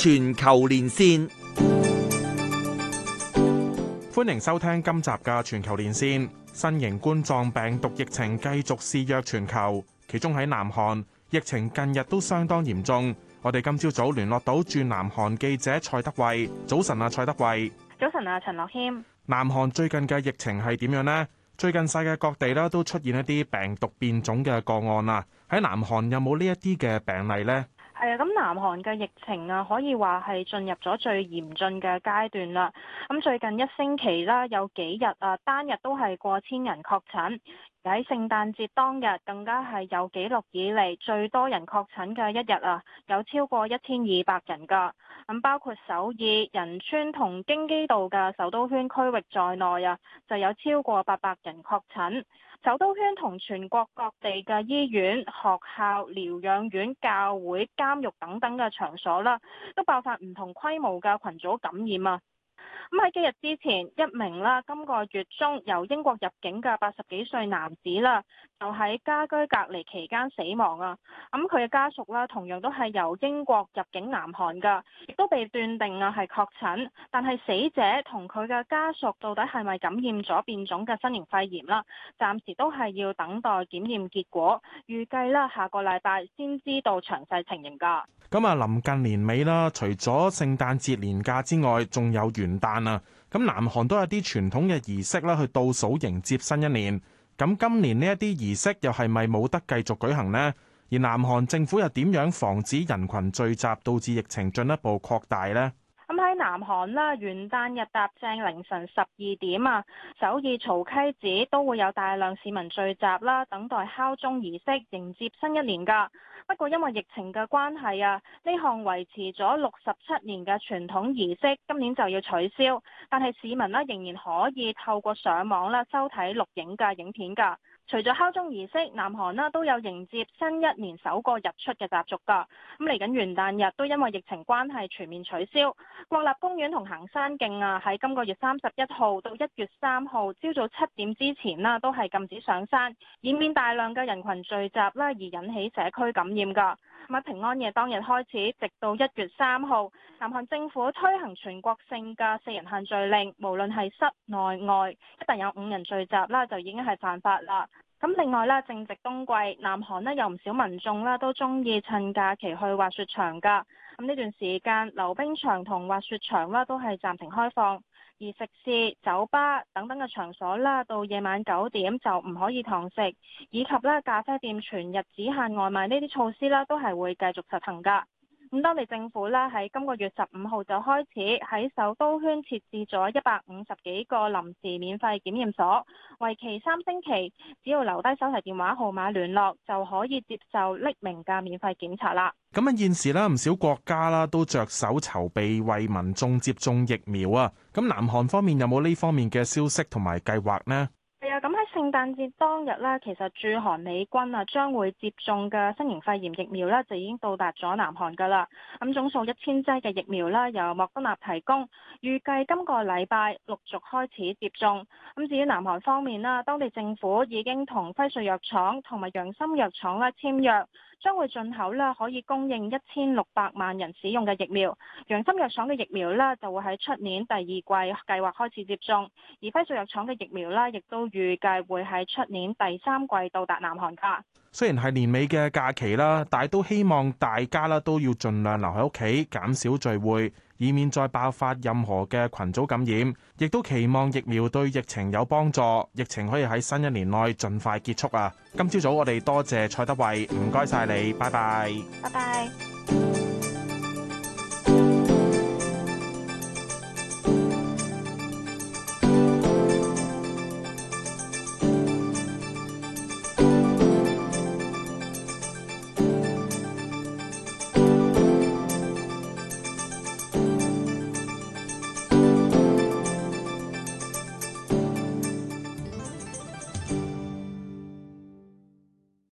全球連線， 歡迎收聽今集嘅全球連線。新型冠狀病毒疫情繼續肆虐全球，其中喺南韓，疫情近日都相當嚴重。我哋今朝早聯絡到駐南韓記者蔡德蕙。早晨啊，蔡德蕙。 早晨啊，陳樂謙。南韓最近嘅疫情係點樣呢？最近世界各地咧都出現一啲病毒變種嘅個案啊。喺南韓有冇呢一啲嘅病例呢？ 係啊，咁南韓嘅疫情啊，可以話係進入咗最嚴峻嘅階段啦。咁最近一星期啦，有幾日啊，單日都係過千人確診。喺聖誕節當日，更加係有紀錄以嚟最多人確診嘅一日啊，有超過1200人㗎。咁包括首爾、仁川同京畿道嘅首都圈區域在內啊，就有超過800人確診。首都圈同全國各地嘅醫院、學校、療養院、教會、監獄等等嘅場所啦，都爆發唔同規模嘅群組感染啊！咁喺幾日之前，一名今個月中由英國入境嘅80幾歲男子啦，就喺家居隔離期間死亡啊！咁佢嘅家屬同樣都係由英國入境南韓㗎，亦都被斷定係確診。但係死者同佢嘅家屬到底係咪感染咗變種嘅新型肺炎啦？暫時都係要等待檢驗結果，預計下個禮拜先知道詳細情形㗎。 咁啊，臨近年尾啦，除咗聖誕節連假之外，仲有元旦啊。咁南韓都有啲傳統嘅儀式啦，去倒數迎接新一年。咁今年呢一啲儀式又係咪冇得繼續舉行呢？而南韓政府又點樣防止人群聚集，導致疫情進一步擴大呢？ 咁喺南韓啦，元旦日搭正凌晨12點啊，首爾曹溪寺都會有大量市民聚集啦，等待敲鐘儀式迎接新一年㗎。不過因為疫情嘅關係啊，呢項維持咗67年嘅傳統儀式今年就要取消，但係市民仍然可以透過上網收睇錄影嘅影片㗎。除咗敲鐘儀式，南韓都有迎接新一年首個日出嘅習俗㗎。咁嚟緊元旦日都因為疫情關係全面取消，國立公園同行山徑啊喺今個月31號到1月3號朝早7點之前都係禁止上山，以免大量嘅人群聚集而引起社區感染㗎。咁喺平安夜當日開始，直到1月3號，南韓政府推行全國性嘅4人限聚令，無論係室內外，一旦有5人聚集就已經係犯法啦。咁另外正值冬季，南韓有唔少民眾都中意趁假期去滑雪場㗎。咁呢段時間，溜冰場同滑雪場都係暫停開放，而食肆、酒吧等等嘅場所到夜晚9點就唔可以堂食，以及咖啡店全日只限外賣呢啲措施都係會繼續實行㗎。咁當地政府喺今個月15號就開始喺首都圈設置咗150幾個臨時免費檢驗所，為期3星期，只要留低手提電話號碼聯絡就可以接受匿名嘅免費檢查啦。 咁啊，現時唔少國家都着手籌備為民眾接種疫苗啊。咁南韓方面有冇呢方面嘅消息同埋計劃呢？ 係啊，咁喺聖誕節當日其實駐韓美軍將會接種嘅新型肺炎疫苗就已經到達咗南韓㗎啦。咁總數1000劑嘅疫苗由莫德納提供，預計今個禮拜陸續開始接種。咁至於南韓方面當地政府已經同輝瑞藥廠同埋楊森藥廠簽約，將會進口可以供應1600萬人使用嘅疫苗。楊森藥廠嘅疫苗就會喺出年第2季計劃開始接種，而輝瑞藥廠嘅疫苗亦都預計會喺出年第3季到達南韓㗎。 雖然係年尾嘅假期啦，但係都希望大家都要盡量留喺屋企，減少聚會，以免再爆發任何嘅群組感染。亦都期望疫苗對疫情有幫助，疫情可以喺新一年內盡快結束啊！今朝早我哋多謝蔡德蕙，唔該晒你，拜拜。 拜拜。